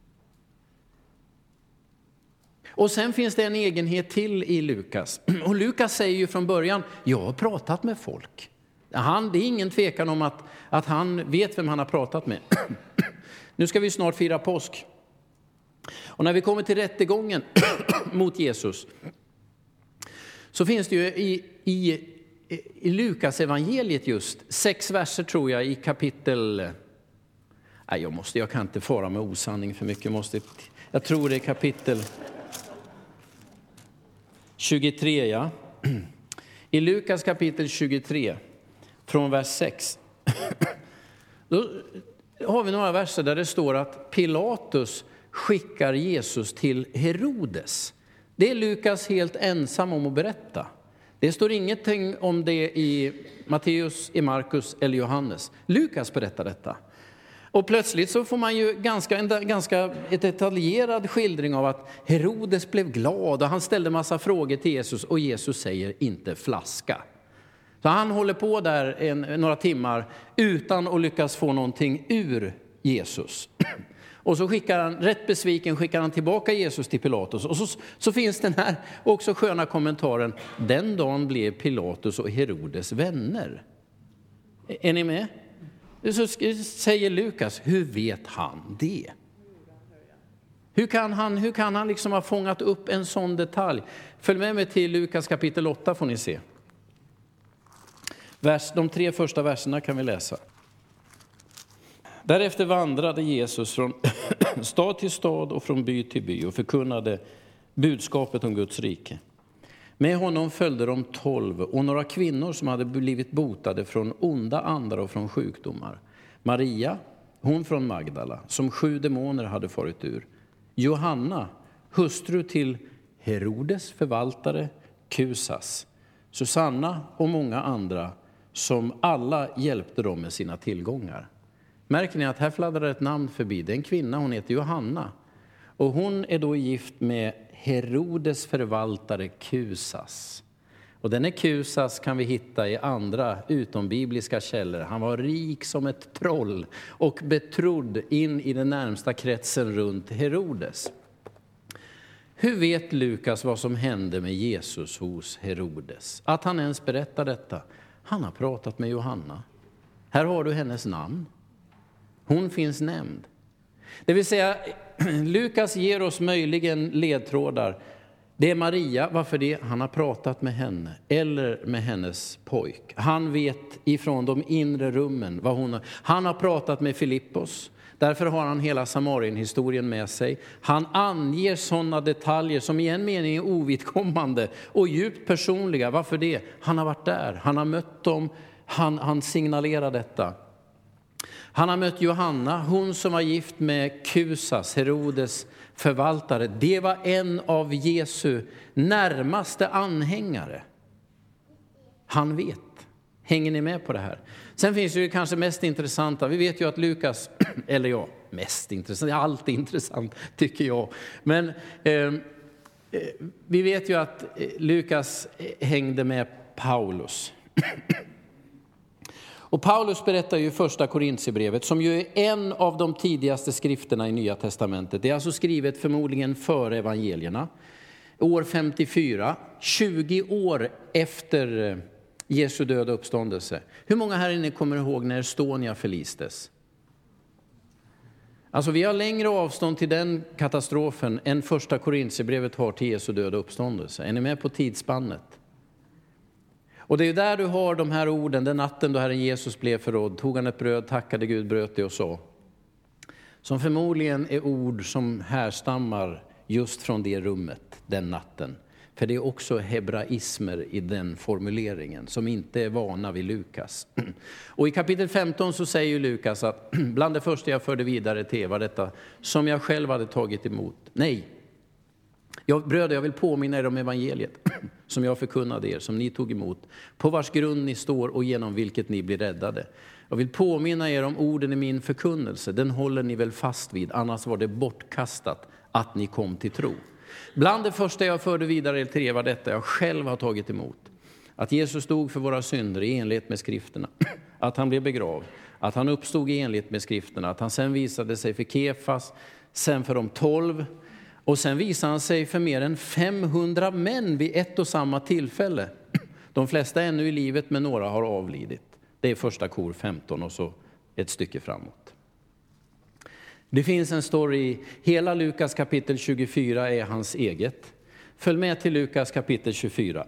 Och sen finns det en egenhet till i Lukas. Och Lukas säger ju från början, jag har pratat med folk. Det är ingen tvekan om att han vet vem han har pratat med. Nu ska vi snart fira påsk. Och när vi kommer till rättegången mot Jesus så finns det ju i Lukas evangeliet just 6 verser tror jag i kapitel... Nej, jag kan inte fara med osanning för mycket. Jag tror det är kapitel 23, ja. I Lukas kapitel 23 från vers 6. Då har vi några verser där det står att Pilatus skickar Jesus till Herodes. Det är Lukas helt ensam om att berätta. Det står ingenting om det i Matteus, i Markus eller Johannes. Lukas berättar detta. Och plötsligt så får man ju en ganska detaljerad skildring av att Herodes blev glad och han ställde massa frågor till Jesus och Jesus säger inte flaska. Så han håller på där några timmar utan att lyckas få någonting ur Jesus. Och så rätt besviken skickar han tillbaka Jesus till Pilatus. Och så finns den här också sköna kommentaren. Den dagen blev Pilatus och Herodes vänner. Är ni med? Så säger Lukas, hur vet han det? Hur kan han liksom ha fångat upp en sån detalj? Följ med mig till Lukas kapitel 8 får ni se. De 3 första verserna kan vi läsa. Därefter vandrade Jesus från stad till stad och från by till by och förkunnade budskapet om Guds rike. Med honom följde de 12 och några kvinnor som hade blivit botade från onda andar och från sjukdomar. Maria, hon från Magdala, som 7 demoner hade farit ur. Johanna, hustru till Herodes förvaltare Kusas. Susanna och många andra som alla hjälpte dem med sina tillgångar. Märker ni att här fladdrar ett namn förbi? Det är en kvinna, hon heter Johanna. Och hon är då gift med Herodes förvaltare Kusas. Och denne Kusas kan vi hitta i andra utombibliska källor. Han var rik som ett troll och betrodd in i den närmsta kretsen runt Herodes. Hur vet Lukas vad som hände med Jesus hos Herodes? Att han ens berättar detta. Han har pratat med Johanna. Här har du hennes namn. Hon finns nämnd. Det vill säga, Lukas ger oss möjligen ledtrådar. Det är Maria, varför det? Han har pratat med henne eller med hennes pojk. Han vet ifrån de inre rummen vad han har pratat med Filippos. Därför har han hela Samarien-historien med sig. Han anger sådana detaljer som i en mening är ovidkommande och djupt personliga. Varför det? Han har varit där, han har mött dem, han signalerar detta. Han har mött Johanna, hon som var gift med Kusas, Herodes förvaltare. Det var en av Jesu närmaste anhängare. Han vet. Hänger ni med på det här? Sen finns det ju kanske mest intressanta. Vi vet ju att Lukas, mest intressant, allt är intressant tycker jag. Men vi vet ju att Lukas hängde med Paulus. Och Paulus berättar ju i första Korintierbrevet, som ju är en av de tidigaste skrifterna i Nya testamentet. Det är alltså skrivet förmodligen före evangelierna. År 54, 20 år efter Jesu död och uppståndelse. Hur många här inne kommer ihåg när Estonia förlistes? Alltså vi har längre avstånd till den katastrofen än första Korintierbrevet har till Jesu död och uppståndelse. Är ni med på tidsspannet? Och det är där du har de här orden, den natten då Herren Jesus blev förrådd, tog han ett bröd, tackade Gud, bröt det och sa. Som förmodligen är ord som härstammar just från det rummet, den natten. För det är också hebraismer i den formuleringen som inte är vana vid Lukas. Och i kapitel 15 så säger ju Lukas att bland det första jag förde vidare till var detta som jag själv hade tagit emot. Nej, bröder, jag vill påminna er om evangeliet som jag förkunnade er, som ni tog emot, på vars grund ni står och genom vilket ni blir räddade. Jag vill påminna er om orden i min förkunnelse, den håller ni väl fast vid, annars var det bortkastat att ni kom till tro. Bland det första jag förde vidare till er var detta jag själv har tagit emot. Att Jesus dog för våra synder i enlighet med skrifterna. Att han blev begravd. Att han uppstod i enlighet med skrifterna. Att han sen visade sig för Kefas. Sen för de 12. Och sen visade han sig för mer än 500 män vid ett och samma tillfälle. De flesta är ännu i livet, men några har avlidit. Det är första kor 15 och så ett stycke framåt. Det finns en story, hela Lukas kapitel 24 är hans eget. Följ med till Lukas kapitel 24.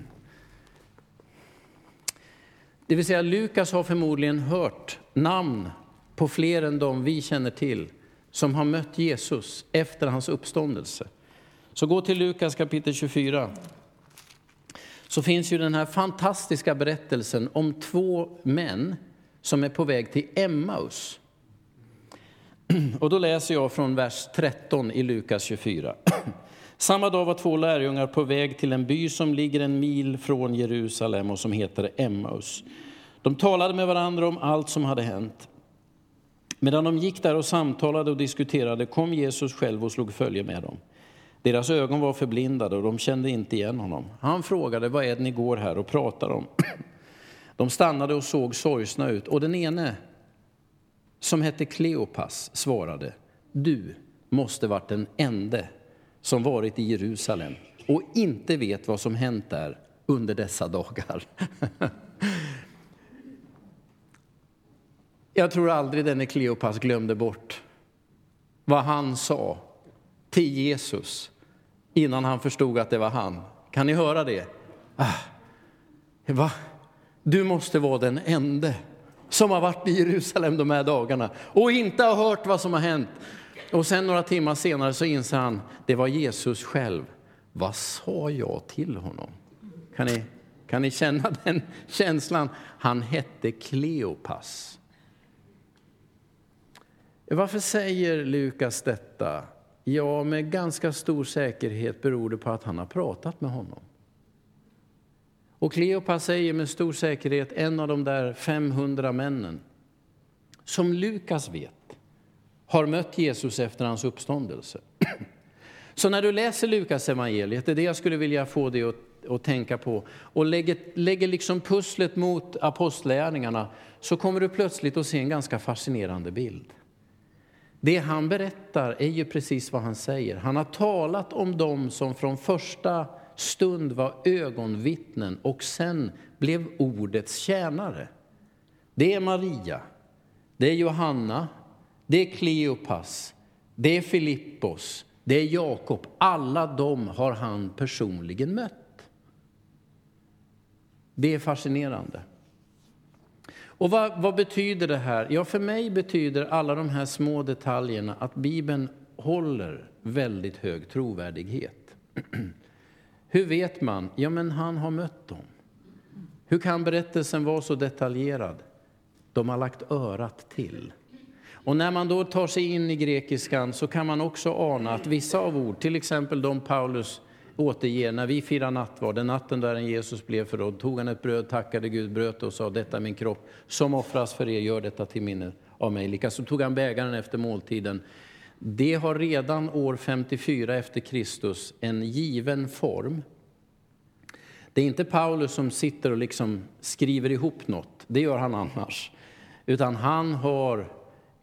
Det vill säga Lukas har förmodligen hört namn på fler än de vi känner till som har mött Jesus efter hans uppståndelse. Så gå till Lukas kapitel 24. Så finns ju den här fantastiska berättelsen om 2 män som är på väg till Emmaus. Och då läser jag från vers 13 i Lukas 24. Samma dag var 2 lärjungar på väg till en by som ligger 1 mil från Jerusalem och som heter Emmaus. De talade med varandra om allt som hade hänt. Medan de gick där och samtalade och diskuterade kom Jesus själv och slog följe med dem. Deras ögon var förblindade och de kände inte igen honom. Han frågade, vad är det ni går här och pratar om? De stannade och såg sorgsna ut. Och den ene, som hette Kleopas, svarade, du måste varit den ende som varit i Jerusalem och inte vet vad som hänt där under dessa dagar. Jag tror aldrig denne Kleopas glömde bort vad han sa till Jesus innan han förstod att det var han. Kan ni höra det? Va? Du måste vara den ende som har varit i Jerusalem de här dagarna och inte har hört vad som har hänt. Och sen några timmar senare så inser han, det var Jesus själv. Vad sa jag till honom? Kan ni känna den känslan? Han hette Kleopas. Varför säger Lukas detta? Ja, med ganska stor säkerhet beror det på att han har pratat med honom. Och Kleopas säger med stor säkerhet en av de där 500 männen som Lukas vet har mött Jesus efter hans uppståndelse. Så när du läser Lukas evangeliet, det är det jag skulle vilja få dig att tänka på, och lägger liksom pusslet mot apostlärningarna, så kommer du plötsligt att se en ganska fascinerande bild. Det han berättar är ju precis vad han säger. Han har talat om dem som från första stund var ögonvittnen och sen blev ordets tjänare. Det är Maria, det är Johanna, det är Kleopas, det är Filippos, det är Jakob. Alla de har han personligen mött. Det är fascinerande. Och vad betyder det här? Ja, för mig betyder alla de här små detaljerna att Bibeln håller väldigt hög trovärdighet. Hur vet man? Ja, men han har mött dem. Hur kan berättelsen vara så detaljerad? De har lagt örat till. Och när man då tar sig in i grekiskan så kan man också ana att vissa av ord, till exempel de Paulus återger när vi firar nattvard, den natten där Jesus blev förrådd, tog han ett bröd, tackade Gud, bröt och sa, detta är min kropp som offras för er, gör detta till minne av mig. Likaså tog han bägaren efter måltiden. Det har redan år 54 efter Kristus en given form. Det är inte Paulus som sitter och liksom skriver ihop något, det gör han annars. Utan han har,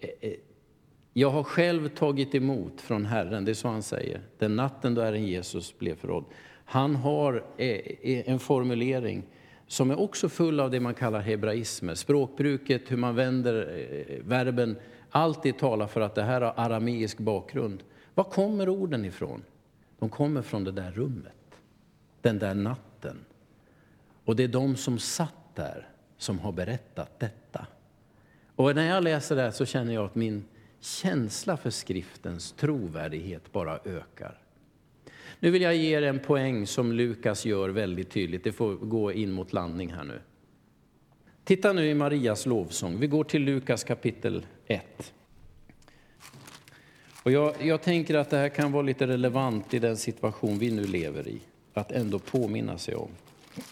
jag har själv tagit emot från Herren, det är så han säger. Den natten då Herren Jesus blev förrådd. Han har en formulering som är också full av det man kallar hebraismer. Språkbruket, hur man vänder verben, alltid talar för att det här har arameisk bakgrund. Var kommer orden ifrån? De kommer från det där rummet, den där natten. Och det är de som satt där som har berättat detta. Och när jag läser det här så känner jag att min känsla för skriftens trovärdighet bara ökar. Nu vill jag ge er en poäng som Lukas gör väldigt tydligt. Det får gå in mot landning här nu. Titta nu i Marias lovsång. Vi går till Lukas kapitel 1. Och jag tänker att det här kan vara lite relevant i den situation vi nu lever i. Att ändå påminna sig om.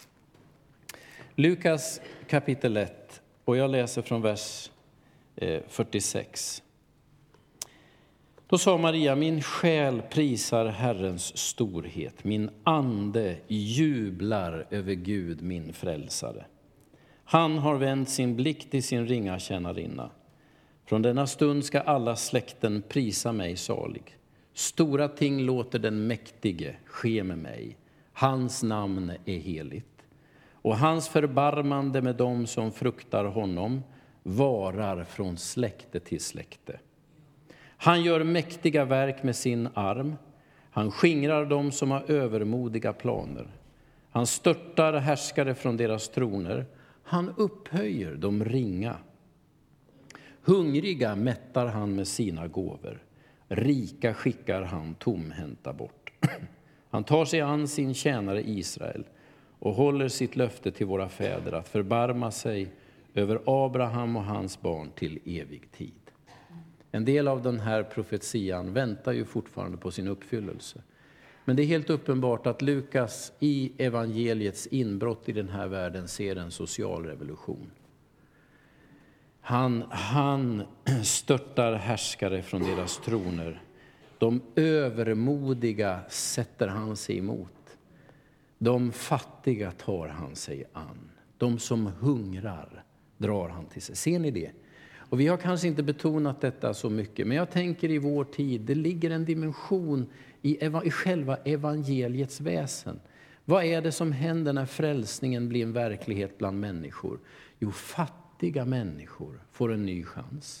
Lukas kapitel 1. Och jag läser från vers 46. Då sa Maria, min själ prisar Herrens storhet. Min ande jublar över Gud, min frälsare. Han har vänt sin blick till sin ringa tjänarinna. Från denna stund ska alla släkten prisa mig salig. Stora ting låter den mäktige ske med mig. Hans namn är heligt. Och hans förbarmande med dem som fruktar honom varar från släkte till släkte. Han gör mäktiga verk med sin arm. Han skingrar dem som har övermodiga planer. Han störtar härskare från deras troner. Han upphöjer de ringa. Hungriga mättar han med sina gåvor. Rika skickar han tomhänta bort. Han tar sig an sin tjänare Israel och håller sitt löfte till våra fäder att förbarma sig över Abraham och hans barn till evig tid. En del av den här profetian väntar ju fortfarande på sin uppfyllelse. Men det är helt uppenbart att Lukas i evangeliets inbrott i den här världen ser en social revolution. Han störtar härskare från deras troner. De övermodiga sätter han sig emot. De fattiga tar han sig an. De som hungrar drar han till sig. Ser ni det? Och vi har kanske inte betonat detta så mycket, men jag tänker i vår tid, det ligger en dimension i själva evangeliets väsen. Vad är det som händer när frälsningen blir en verklighet bland människor? Jo, fattiga människor får en ny chans.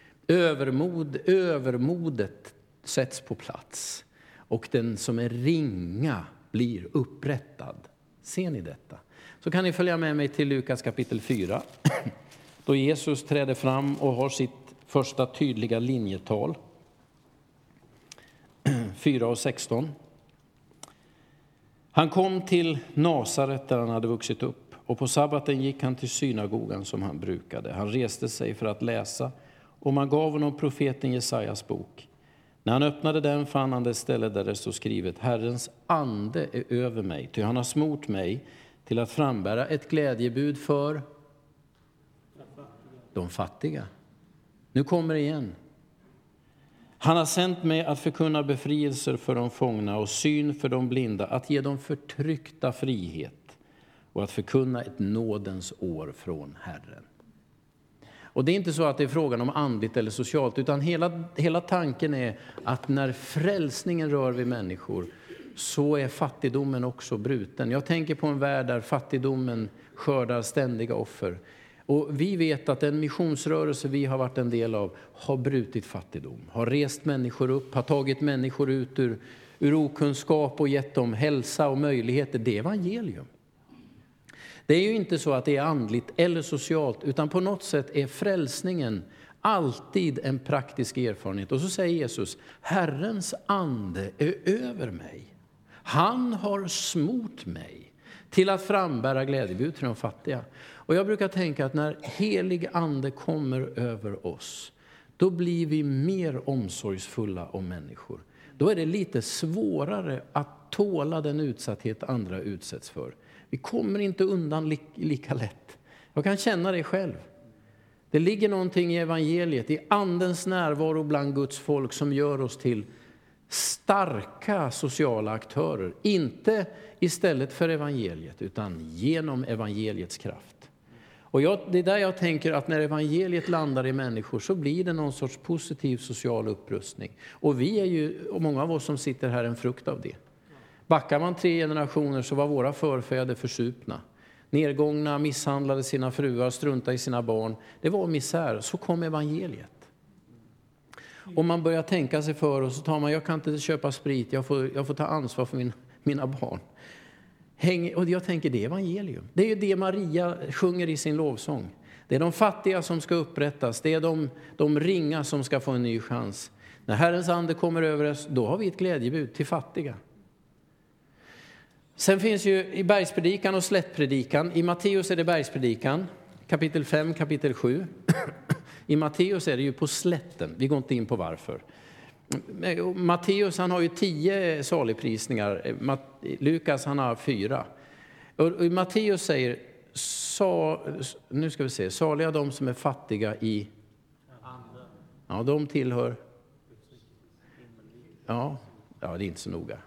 Övermodet sätts på plats och den som är ringa blir upprättad. Ser ni detta? Så kan ni följa med mig till Lukas kapitel 4. Då Jesus träder fram och har sitt första tydliga linjetal. 4:16. Han kom till Nasaret där han hade vuxit upp. Och på sabbaten gick han till synagogan som han brukade. Han reste sig för att läsa och man gav honom profeten Jesajas bok. När han öppnade den fann han det ställe där det stod skrivet: Herrens ande är över mig, ty han har smort mig till att frambära ett glädjebud för de fattiga. Nu kommer det igen. Han har sänt mig att förkunna befrielser för de fångna och syn för de blinda, att ge dem förtryckta frihet och att förkunna ett nådens år från Herren. Och det är inte så att det är frågan om andligt eller socialt, utan hela tanken är att när frälsningen rör vid människor så är fattigdomen också bruten. Jag tänker på en värld där fattigdomen skördar ständiga offer. Och vi vet att den missionsrörelse vi har varit en del av har brutit fattigdom. Har rest människor upp, har tagit människor ut ur okunskap och gett dem hälsa och möjligheter. Det är evangelium. Det är ju inte så att det är andligt eller socialt, utan på något sätt är frälsningen alltid en praktisk erfarenhet. Och så säger Jesus: Herrens ande är över mig. Han har smort mig till att frambära glädjebud till de fattiga. Och jag brukar tänka att när helig ande kommer över oss, då blir vi mer omsorgsfulla om människor. Då är det lite svårare att tåla den utsatthet andra utsätts för. Vi kommer inte undan lika lätt. Jag kan känna det själv. Det ligger någonting i evangeliet, i andens närvaro bland Guds folk, som gör oss till starka sociala aktörer. Inte istället för evangeliet, utan genom evangeliets kraft. Och det är där jag tänker att när evangeliet landar i människor så blir det någon sorts positiv social upprustning. Och vi är ju, och många av oss som sitter här, en frukt av det. Backar man 3 generationer så var våra förfäder försupna. Nedgångna, misshandlade sina fruar, struntade i sina barn. Det var misär. Så kom evangeliet. Om man börjar tänka sig för och så tar man: jag kan inte köpa sprit, jag får ta ansvar för mina barn. Och jag tänker, det är evangelium. Det är ju det Maria sjunger i sin lovsång. Det är de fattiga som ska upprättas. Det är de ringa som ska få en ny chans. När Herrens ande kommer över oss, då har vi ett glädjebud till fattiga. Sen finns ju i bergspredikan och slättpredikan. I Matteus är det bergspredikan, kapitel 5, kapitel 7. I Matteus är det ju på slätten. Vi går inte in på varför. Matteus, han har ju 10 saligprisningar. Lukas, han har 4. Och Matteus säger: nu ska vi se, saliga de som är fattiga i anden. Ja, de tillhör Ja, det är inte så noga.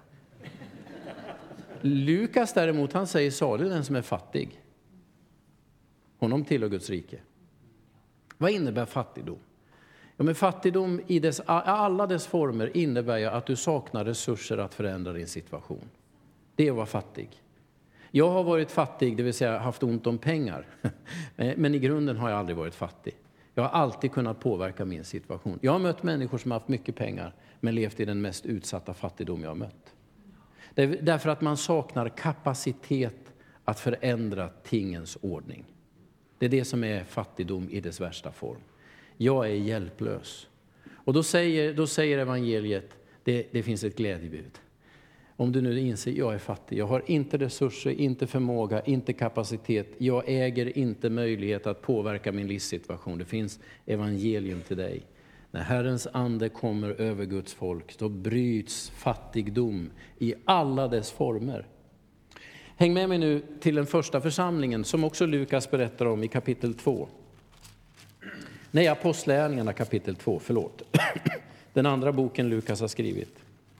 Lukas däremot, han säger salig den som är fattig. Honom tillhör Guds rike. Vad innebär fattigdom? Ja, men fattigdom i alla dess former innebär ju att du saknar resurser att förändra din situation. Det är att vara fattig. Jag har varit fattig, det vill säga haft ont om pengar. Men i grunden har jag aldrig varit fattig. Jag har alltid kunnat påverka min situation. Jag har mött människor som har haft mycket pengar men levt i den mest utsatta fattigdom jag har mött. Det är därför att man saknar kapacitet att förändra tingens ordning. Det är det som är fattigdom i dess värsta form. Jag är hjälplös. Och då säger evangeliet, det finns ett glädjebud. Om du nu inser, jag är fattig, jag har inte resurser, inte förmåga, inte kapacitet. Jag äger inte möjlighet att påverka min livssituation. Det finns evangelium till dig. När Herrens ande kommer över Guds folk, då bryts fattigdom i alla dess former. Häng med mig nu till den första församlingen som också Lukas berättar om i kapitel 2. Nej, Apostlagärningarna kapitel 2, förlåt. Den andra boken Lukas har skrivit.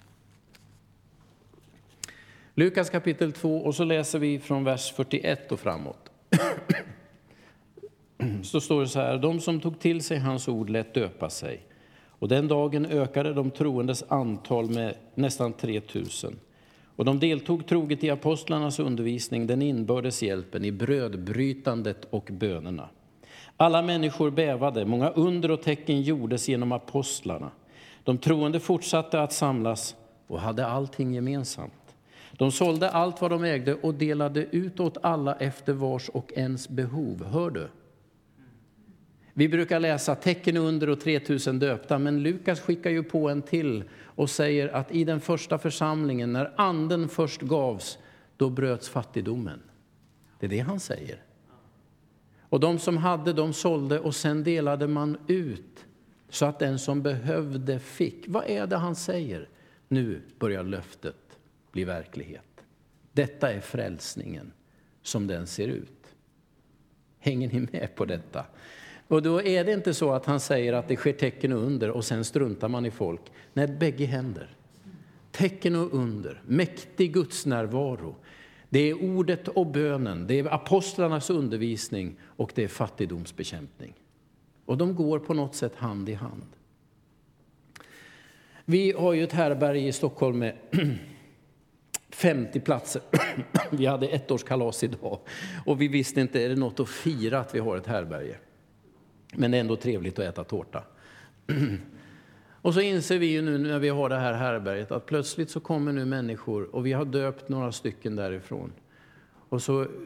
Lukas kapitel 2 och så läser vi från vers 41 och framåt. Så står det så här: de som tog till sig hans ord lät döpa sig. Och den dagen ökade de troendes antal med nästan 3000. Och de deltog troget i apostlarnas undervisning, den inbördes hjälpen, i brödbrytandet och bönerna. Alla människor bävade, många under och tecken gjordes genom apostlarna. De troende fortsatte att samlas och hade allting gemensamt. De sålde allt vad de ägde och delade ut åt alla efter vars och ens behov. Hör du? Vi brukar läsa tecken under och 3000 döpta, men Lukas skickar ju på en till och säger att i den första församlingen, när anden först gavs, då bröts fattigdomen. Det är det han säger. Och de som hade, de sålde och sen delade man ut så att den som behövde fick. Vad är det han säger? Nu börjar löftet bli verklighet. Detta är frälsningen som den ser ut. Hänger ni med på detta? Och då är det inte så att han säger att det sker tecken och under och sen struntar man i folk. Nej, bägge händer. Tecken och under, mäktig Guds närvaro. Det är ordet och bönen, det är apostlarnas undervisning och det är fattigdomsbekämpning. Och de går på något sätt hand i hand. Vi har ju ett härberge i Stockholm med 50 platser. Vi hade ettårskalas idag och vi visste inte, är det något att fira att vi har ett härberge? Men det är ändå trevligt att äta tårta. Och så inser vi ju nu när vi har det här härberget att plötsligt så kommer nu människor och vi har döpt några stycken därifrån. Och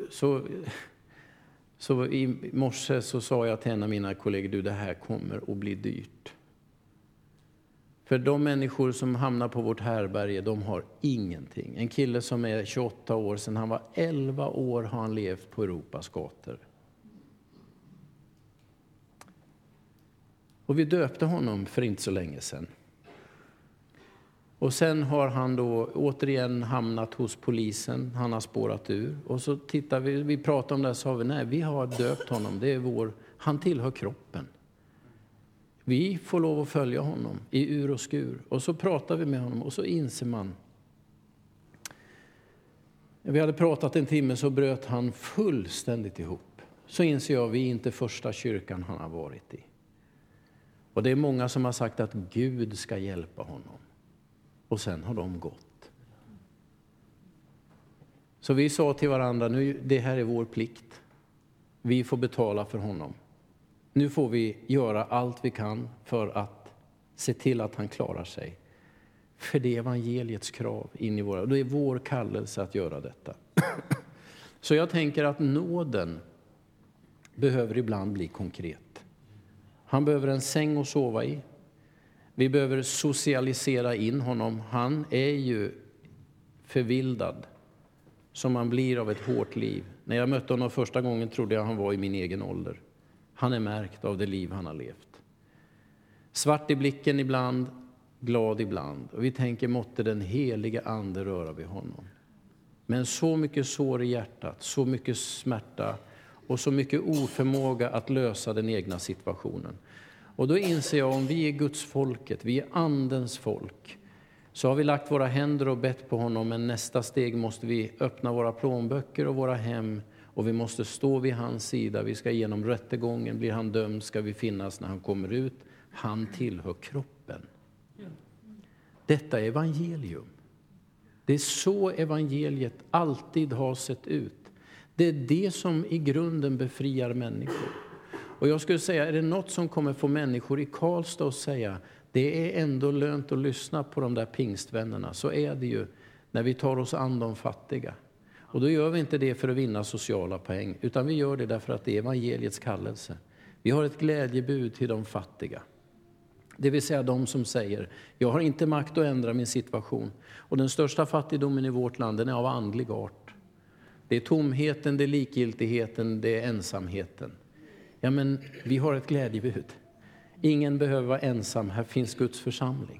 så i morse så sa jag till en av mina kollegor, du, det här kommer att bli dyrt. För de människor som hamnar på vårt härberge, de har ingenting. En kille som är 28 år, sedan han var 11 år har han levt på Europas gator. Och vi döpte honom för inte så länge sedan. Och sen har han då återigen hamnat hos polisen. Han har spårat ur. Och så tittar vi pratar om det och sa vi, nej, vi har döpt honom. Det är han tillhör kroppen. Vi får lov att följa honom i ur och skur. Och så pratar vi med honom och så inser man. När vi hade pratat en timme så bröt han fullständigt ihop. Så inser jag, vi är inte första kyrkan han har varit i. Och det är många som har sagt att Gud ska hjälpa honom. Och sen har de gått. Så vi sa till varandra, nu, det här är vår plikt. Vi får betala för honom. Nu får vi göra allt vi kan för att se till att han klarar sig. För det är evangeliets krav in i våra. Det är vår kallelse att göra detta. Så jag tänker att nåden behöver ibland bli konkret. Han behöver en säng att sova i. Vi behöver socialisera in honom. Han är ju förvildad som man blir av ett hårt liv. När jag mötte honom första gången trodde jag han var i min egen ålder. Han är märkt av det liv han har levt. Svart i blicken ibland, glad ibland. Och vi tänker, måtte den helige ande röra vid honom. Men så mycket sår i hjärtat, så mycket smärta och så mycket oförmåga att lösa den egna situationen. Och då inser jag, om vi är Guds folket, vi är andens folk, Så har vi lagt våra händer och bett på honom, men nästa steg måste vi öppna våra plånböcker och våra hem. Och vi måste stå vid hans sida. Vi ska igenom rättegången. Blir han dömd ska vi finnas när han kommer ut. Han tillhör kroppen. Detta är evangelium. Det är så evangeliet alltid har sett ut. Det är det som i grunden befriar människor. Och jag skulle säga, är det något som kommer få människor i Karlstad att säga, det är ändå lönt att lyssna på de där pingstvännerna, så är det ju när vi tar oss an de fattiga. Och då gör vi inte det för att vinna sociala poäng, utan vi gör det därför att det är evangeliets kallelse. Vi har ett glädjebud till de fattiga. Det vill säga de som säger, jag har inte makt att ändra min situation. Och den största fattigdomen i vårt land, den är av andlig art. Det är tomheten, det är likgiltigheten, det är ensamheten. Ja, men vi har ett glädjebud. Ingen behöver vara ensam, här finns Guds församling.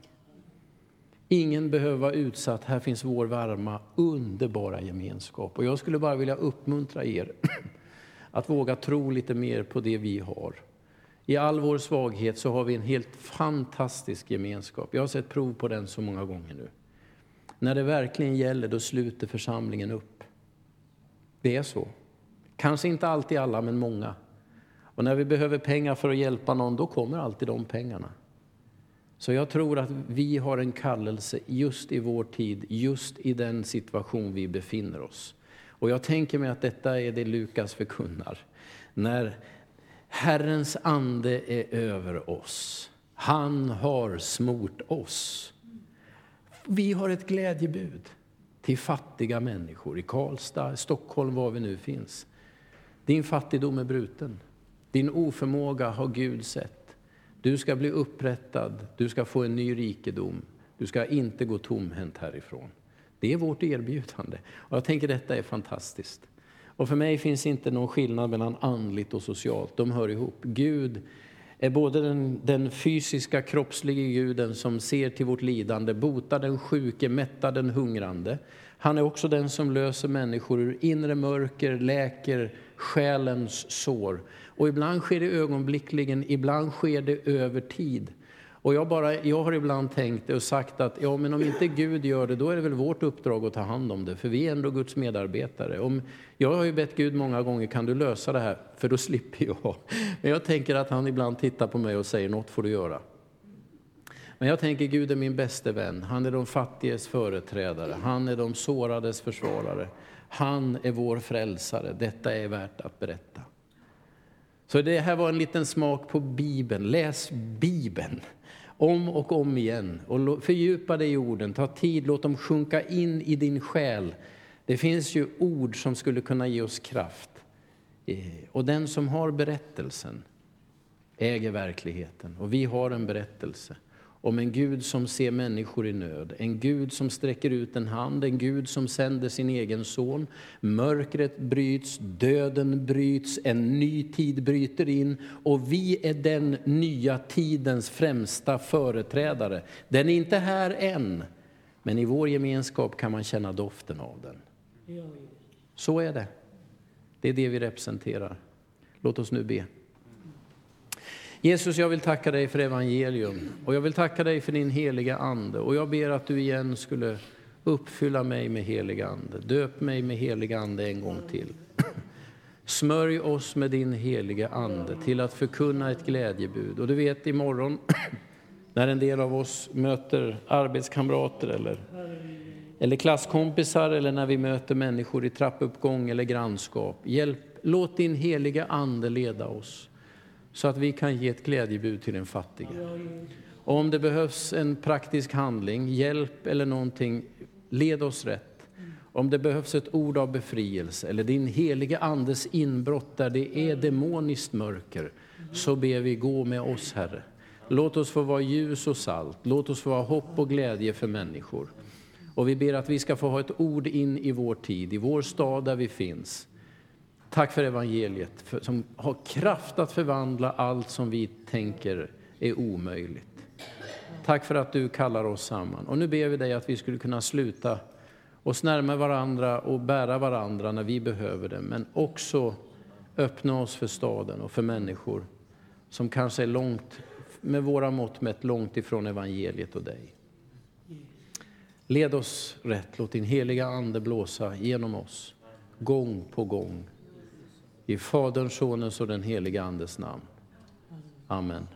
Ingen behöver vara utsatt, här finns vår varma, underbara gemenskap. Och jag skulle bara vilja uppmuntra er att våga tro lite mer på det vi har. I all vår svaghet så har vi en helt fantastisk gemenskap. Jag har sett prov på den så många gånger nu. När det verkligen gäller, då sluter församlingen upp. Det är så. Kanske inte alltid alla, men många. Och när vi behöver pengar för att hjälpa någon, då kommer alltid de pengarna. Så jag tror att vi har en kallelse just i vår tid, just i den situation vi befinner oss. Och jag tänker mig att detta är det Lukas förkunnar. När Herrens ande är över oss. Han har smort oss. Vi har ett glädjebud till fattiga människor i Karlstad, Stockholm, var vi nu finns. Din fattigdom är bruten. Din oförmåga har Gud sett. Du ska bli upprättad. Du ska få en ny rikedom. Du ska inte gå tomhänt härifrån. Det är vårt erbjudande. Och jag tänker detta är fantastiskt. Och för mig finns inte någon skillnad mellan andligt och socialt. De hör ihop. Gud är både den fysiska, kroppsliga guden som ser till vårt lidande, botar den sjuke, mättar den hungrande. Han är också den som löser människor ur inre mörker, läker själens sår. Och ibland sker det ögonblickligen, ibland sker det över tid. Och jag har ibland tänkt och sagt att ja, men om inte Gud gör det, då är det väl vårt uppdrag att ta hand om det. För vi är ändå Guds medarbetare. Jag har ju bett Gud många gånger, kan du lösa det här? För då slipper jag. Men jag tänker att han ibland tittar på mig och säger, något får du göra. Men jag tänker, Gud är min bäste vän. Han är de fattiges företrädare. Han är de sårades försvarare. Han är vår frälsare. Detta är värt att berätta. Så det här var en liten smak på Bibeln. Läs Bibeln om och om igen. Och fördjupa dig i orden. Ta tid, låt dem sjunka in i din själ. Det finns ju ord som skulle kunna ge oss kraft. Och den som har berättelsen äger verkligheten. Och vi har en berättelse om en Gud som ser människor i nöd. En Gud som sträcker ut en hand. En Gud som sänder sin egen son. Mörkret bryts, döden bryts, en ny tid bryter in. Och vi är den nya tidens främsta företrädare. Den är inte här än, men i vår gemenskap kan man känna doften av den. Så är det. Det är det vi representerar. Låt oss nu be. Jesus, jag vill tacka dig för evangelium och jag vill tacka dig för din heliga ande. Och jag ber att du igen skulle uppfylla mig med heliga ande. Döp mig med heliga ande en gång till. Smörj oss med din heliga ande till att förkunna ett glädjebud. Och du vet, imorgon när en del av oss möter arbetskamrater eller klasskompisar eller när vi möter människor i trappuppgång eller grannskap. Låt din heliga ande leda oss. Så att vi kan ge ett glädjebud till den fattiga. Och om det behövs en praktisk handling, hjälp eller någonting, led oss rätt. Om det behövs ett ord av befrielse eller din heliga andes inbrott där det är demoniskt mörker, så ber vi, gå med oss, Herre. Låt oss få vara ljus och salt. Låt oss få ha hopp och glädje för människor. Och vi ber att vi ska få ha ett ord in i vår tid, i vår stad där vi finns. Tack för evangeliet som har kraft att förvandla allt som vi tänker är omöjligt. Tack för att du kallar oss samman. Och nu ber vi dig att vi skulle kunna sluta oss närma varandra och bära varandra när vi behöver det. Men också öppna oss för staden och för människor som kanske är långt, med våra mått mätt, långt ifrån evangeliet och dig. Led oss rätt, låt din heliga ande blåsa genom oss, gång på gång. I Faderns, Sonens och den heliga Andes namn. Amen.